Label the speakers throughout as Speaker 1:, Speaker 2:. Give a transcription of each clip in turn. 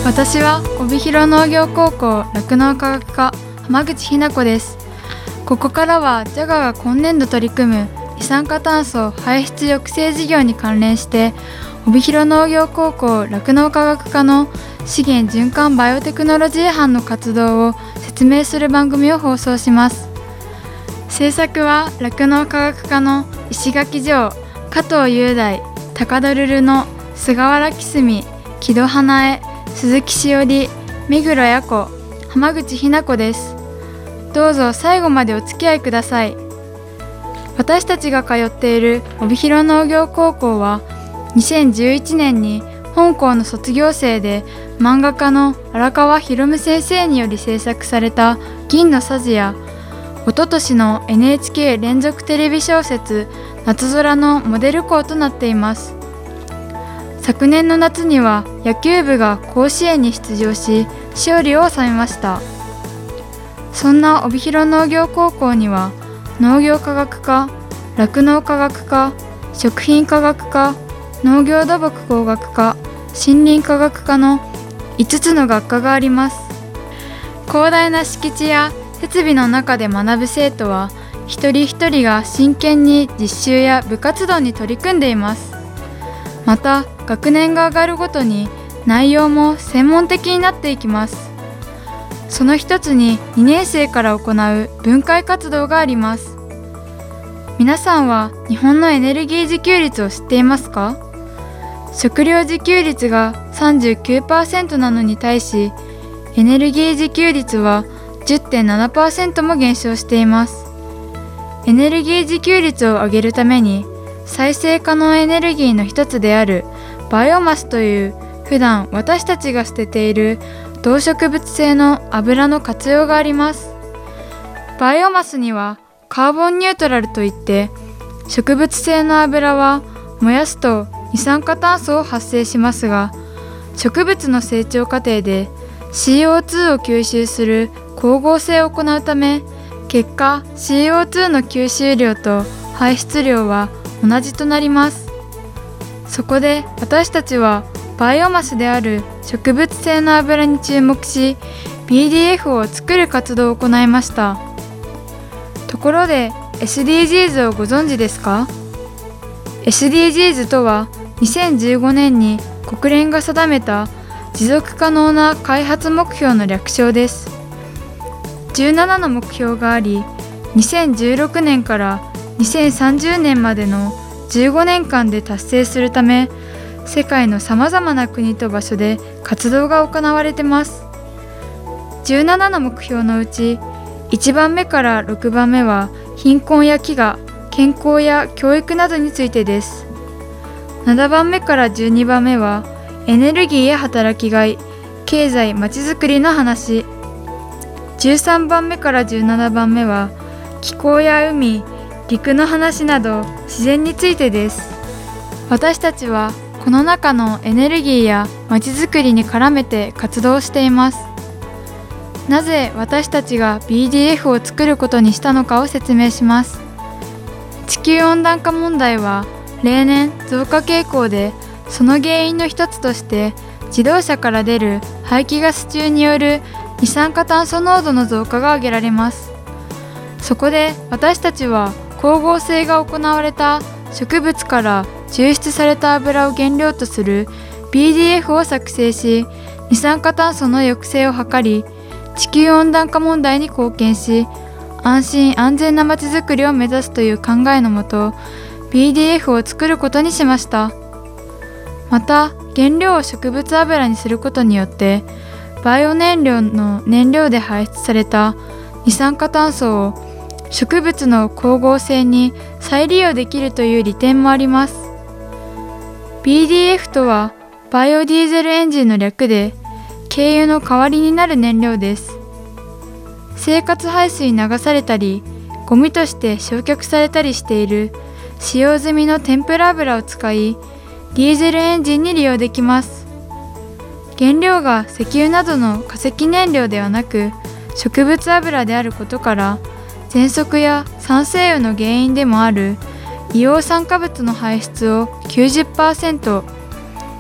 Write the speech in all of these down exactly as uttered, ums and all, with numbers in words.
Speaker 1: 私は帯広農業高校酪農科学科浜口ひな子です。ここからは ジャガ が今年度取り組む二酸化炭素排出抑制事業に関連して帯広農業高校酪農科学科の資源循環バイオテクノロジー班の活動を説明する番組を放送します。制作は酪農科学科の石垣城、加藤雄大、高田ルルの菅原きすみ、木戸花江、鈴木しおり、目黒や子、浜口ひな子です。どうぞ最後までお付き合いください。私たちが通っている帯広農業高校はにせんじゅういちねんに本校の卒業生で漫画家の荒川博夢先生により制作された銀のさじやおととしの エヌエイチケー 連続テレビ小説夏空のモデル校となっています。昨年の夏には野球部が甲子園に出場し勝利を収めました。そんな帯広農業高校には農業科学科、酪農科学科、食品科学科、農業土木工学科、森林科学科のいつつの学科があります。広大な敷地や設備の中で学ぶ生徒は一人一人が真剣に実習や部活動に取り組んでいます。また学年が上がるごとに内容も専門的になっていきます。その一つににねん生から行う分解活動があります。皆さんは日本のエネルギー自給率を知っていますか？食料自給率が さんじゅうきゅうパーセント なのに対しエネルギー自給率は じゅってんななパーセント も減少しています。エネルギー自給率を上げるために再生可能エネルギーの一つであるバイオマスという普段私たちが捨てている動植物性の油の活用があります。バイオマスにはカーボンニュートラルといって植物性の油は燃やすと二酸化炭素を発生しますが、植物の成長過程で シーオーツー を吸収する光合成を行うため、結果 シーオーツー の吸収量と排出量は同じとなります。そこで私たちはバイオマスである植物性の油に注目し ビーディーエフ を作る活動を行いました。ところで エスディージーズ をご存知ですか？ エスディージーズ とはにせんじゅうごねんに国連が定めた持続可能な開発目標の略称です。じゅうななの目標があり、にせんじゅうろくねんからにせんさんじゅうねんまでのじゅうごねんかんで達成するため、世界のさまざまな国と場所で活動が行われています。じゅうななの目標のうちいちばんめからろくばんめは貧困や飢餓、健康や教育などについてです。ななばんめからじゅうにばんめはエネルギーや働きがい、経済・まちづくりの話。じゅうさんばんめからじゅうななばんめは気候や海、陸の話など自然についてです。私たちはこの中のエネルギーやまちづくりに絡めて活動しています。なぜ私たちが ビーディーエフ を作ることにしたのかを説明します。地球温暖化問題は例年増加傾向で、その原因の一つとして自動車から出る排気ガス中による二酸化炭素濃度の増加が挙げられます。そこで私たちは光合成が行われた植物から抽出された油を原料とする ビーディーエフ を作成し、二酸化炭素の抑制を図り、地球温暖化問題に貢献し、安心安全なまちづくりを目指すという考えのもと、ビーディーエフ を作ることにしました。また、原料を植物油にすることによって、バイオ燃料の燃料で排出された二酸化炭素を植物の光合成に再利用できるという利点もあります。ビーディーエフ とはバイオディーゼルエンジンの略で、軽油の代わりになる燃料です。生活排水に流されたり、ゴミとして焼却されたりしている使用済みの天ぷら油を使い、ディーゼルエンジンに利用できます。原料が石油などの化石燃料ではなく植物油であることから、喘息や酸性雨の原因でもある硫黄酸化物の排出を きゅうじゅっパーセント、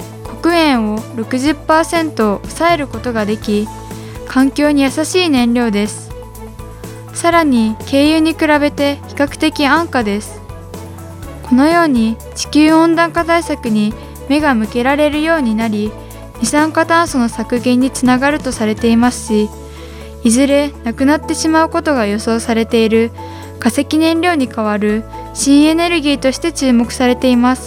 Speaker 1: 核煙を ろくじゅっパーセント 抑えることができ、環境に優しい燃料です。さらに軽油に比べて比較的安価です。このように地球温暖化対策に目が向けられるようになり、二酸化炭素の削減につながるとされていますし、いずれなくなってしまうことが予想されている化石燃料に代わる新エネルギーとして注目されています。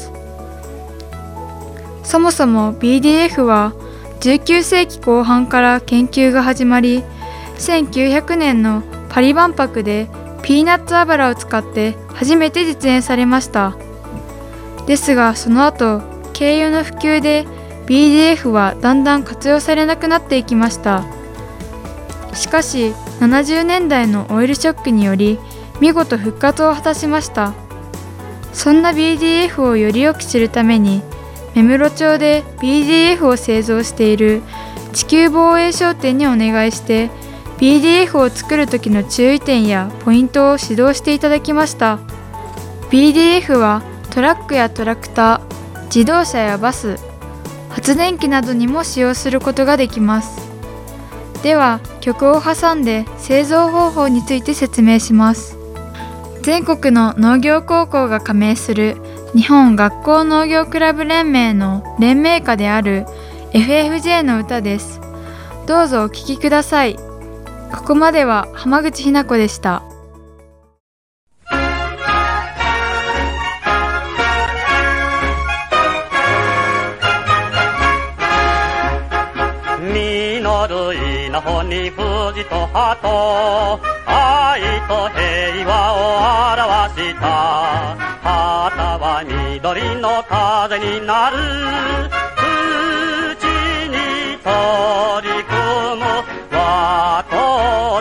Speaker 1: そもそも ビーディーエフ はじゅうきゅうせいきこう半から研究が始まり、せんきゅうひゃくねんのパリ万博でピーナッツ油を使って初めて実演されました。ですがその後、軽油の普及で ビーディーエフ はだんだん活用されなくなっていきました。しかしななじゅうねんだいのオイルショックにより見事復活を果たしました。そんな ビーディーエフ をよりよく知るために、芽室町で ビーディーエフ を製造している地球防衛商店にお願いして ビーディーエフ を作る時の注意点やポイントを指導していただきました。 ビーディーエフ はトラックやトラクター、自動車やバス、発電機などにも使用することができます。では曲を挟んで製造方法について説明します。全国の農業高校が加盟する日本学校農業クラブ連盟の連盟歌である エフエフジェー の歌です。どうぞお聴きください。ここまでは浜口ひな子でした。
Speaker 2: 実る稲穂に富士と鳩、愛と平和を表した。旗は緑の風になる。土に取り組む和と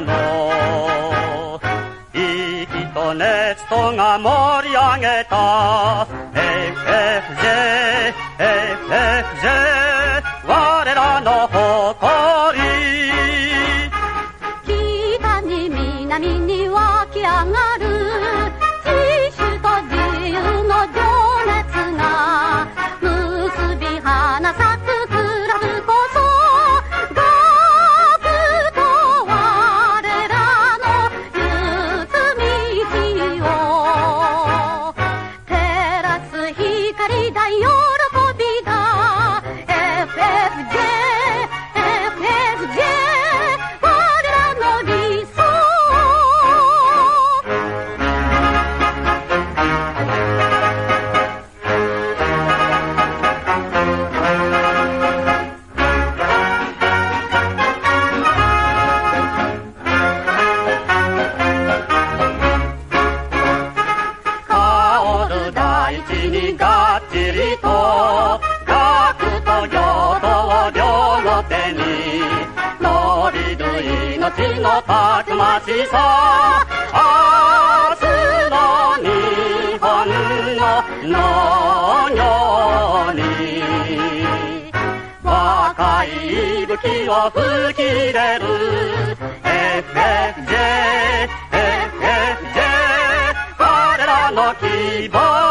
Speaker 2: 殿。息と熱とが盛り上げた エフエフジェー、エフエフジェー、我らの誇り。
Speaker 3: 北に南に湧き上がる自主と自由の情熱が結び花咲くクラブこそ学と我らの行く道を照らす光だ喜びだ エフエフジェー、エフエフジェー、我らの理想。香る大地にがっちりと学と行とを両の手に伸びる命のたくましさ。明日の日本の農業に若い息吹を吹き入れる エフエフジェー、エフエフジェー、我らの希望。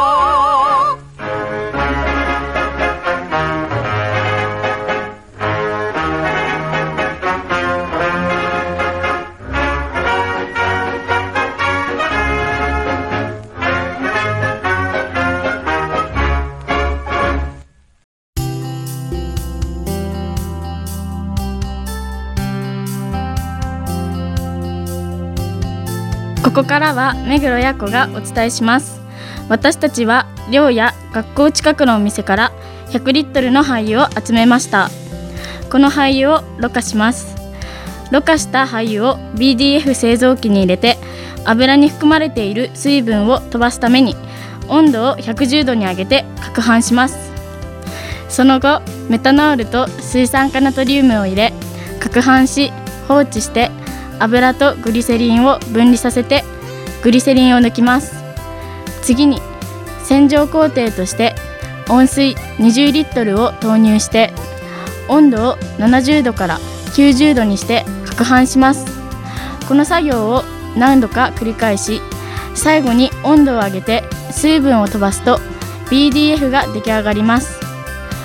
Speaker 4: ここからは目黒やこがお伝えします。私たちは寮や学校近くのお店からひゃくリットルの廃油を集めました。この廃油をろ過します。ろ過した廃油を ビーディーエフ 製造機に入れて油に含まれている水分を飛ばすために温度をひゃくじゅうどに上げて攪拌します。その後メタノールと水酸化ナトリウムを入れ攪拌し放置して油とグリセリンを分離させてグリセリンを抜きます。次に洗浄工程として温水にじゅうリットルを投入して温度をななじゅうどからきゅうじゅうどにして攪拌します。この作業を何度か繰り返し最後に温度を上げて水分を飛ばすと ビーディーエフ が出来上がります。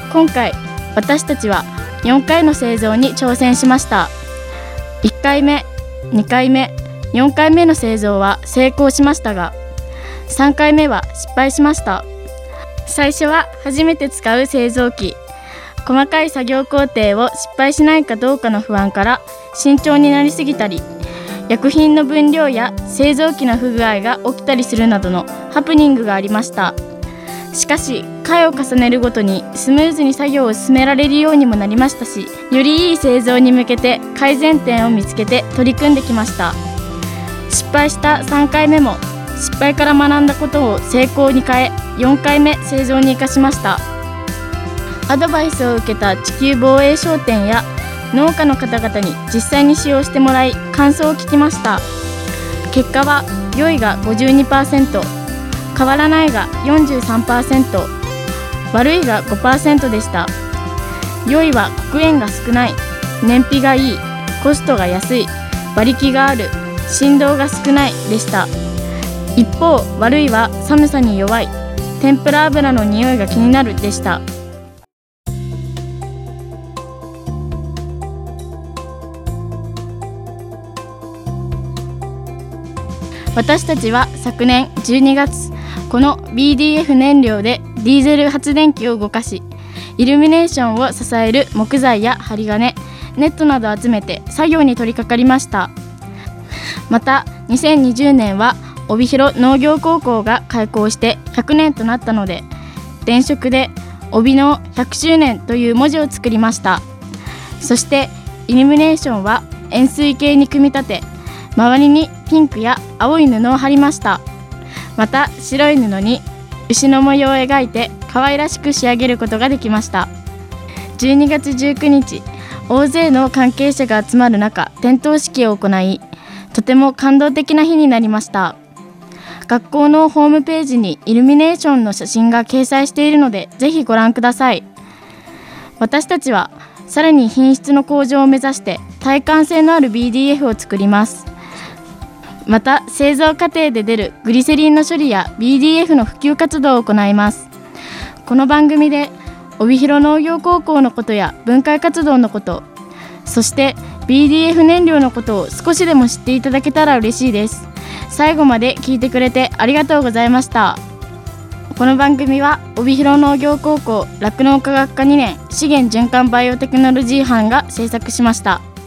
Speaker 4: 今回私たちはよんかいの製造に挑戦しました。いっかいめ、にかいめ、よんかいめの製造は成功しましたが、さんかいめは失敗しました。最初は初めて使う製造機、細かい作業工程を失敗しないかどうかの不安から慎重になりすぎたり、薬品の分量や製造機の不具合が起きたりするなどのハプニングがありました。しかし回を重ねるごとにスムーズに作業を進められるようにもなりましたし、よりいい製造に向けて改善点を見つけて取り組んできました。失敗したさんかいめも失敗から学んだことを成功に変え、よんかいめ製造に生かしました。アドバイスを受けた地球防衛商店や農家の方々に実際に使用してもらい感想を聞きました。結果は良いが ごじゅうにパーセント、変わらないが よんじゅうさんパーセント、悪いが ごパーセント でした。良いは黒煙が少ない、燃費がいい、コストが安い、馬力がある、振動が少ないでした。一方悪いは寒さに弱い、天ぷら油の匂いが気になるでした。私たちは昨年じゅうにがつ、この ビーディーエフ 燃料でディーゼル発電機を動かし、イルミネーションを支える木材や針金、ネットなど集めて作業に取り掛かりました。またにせんにじゅうねんは帯広農業高校が開校してひゃくねんとなったので、電飾で帯のひゃくしゅうねんという文字を作りました。そしてイルミネーションは円錐形に組み立て、周りにピンクや青い布を貼りました。また白い布に牛の模様を描いて可愛らしく仕上げることができました。じゅうにがつじゅうくにち、大勢の関係者が集まる中点灯式を行い、とても感動的な日になりました。学校のホームページにイルミネーションの写真が掲載しているので、ぜひご覧ください。私たちはさらに品質の向上を目指して耐寒性のある ビーディーエフ を作ります。また製造過程で出るグリセリンの処理や ビーディーエフ の普及活動を行います。この番組で帯広農業高校のことや分解活動のこと、そして ビーディーエフ 燃料のことを少しでも知っていただけたら嬉しいです。最後まで聞いてくれてありがとうございました。この番組は帯広農業高校酪農科学科にねん資源循環バイオテクノロジー班が制作しました。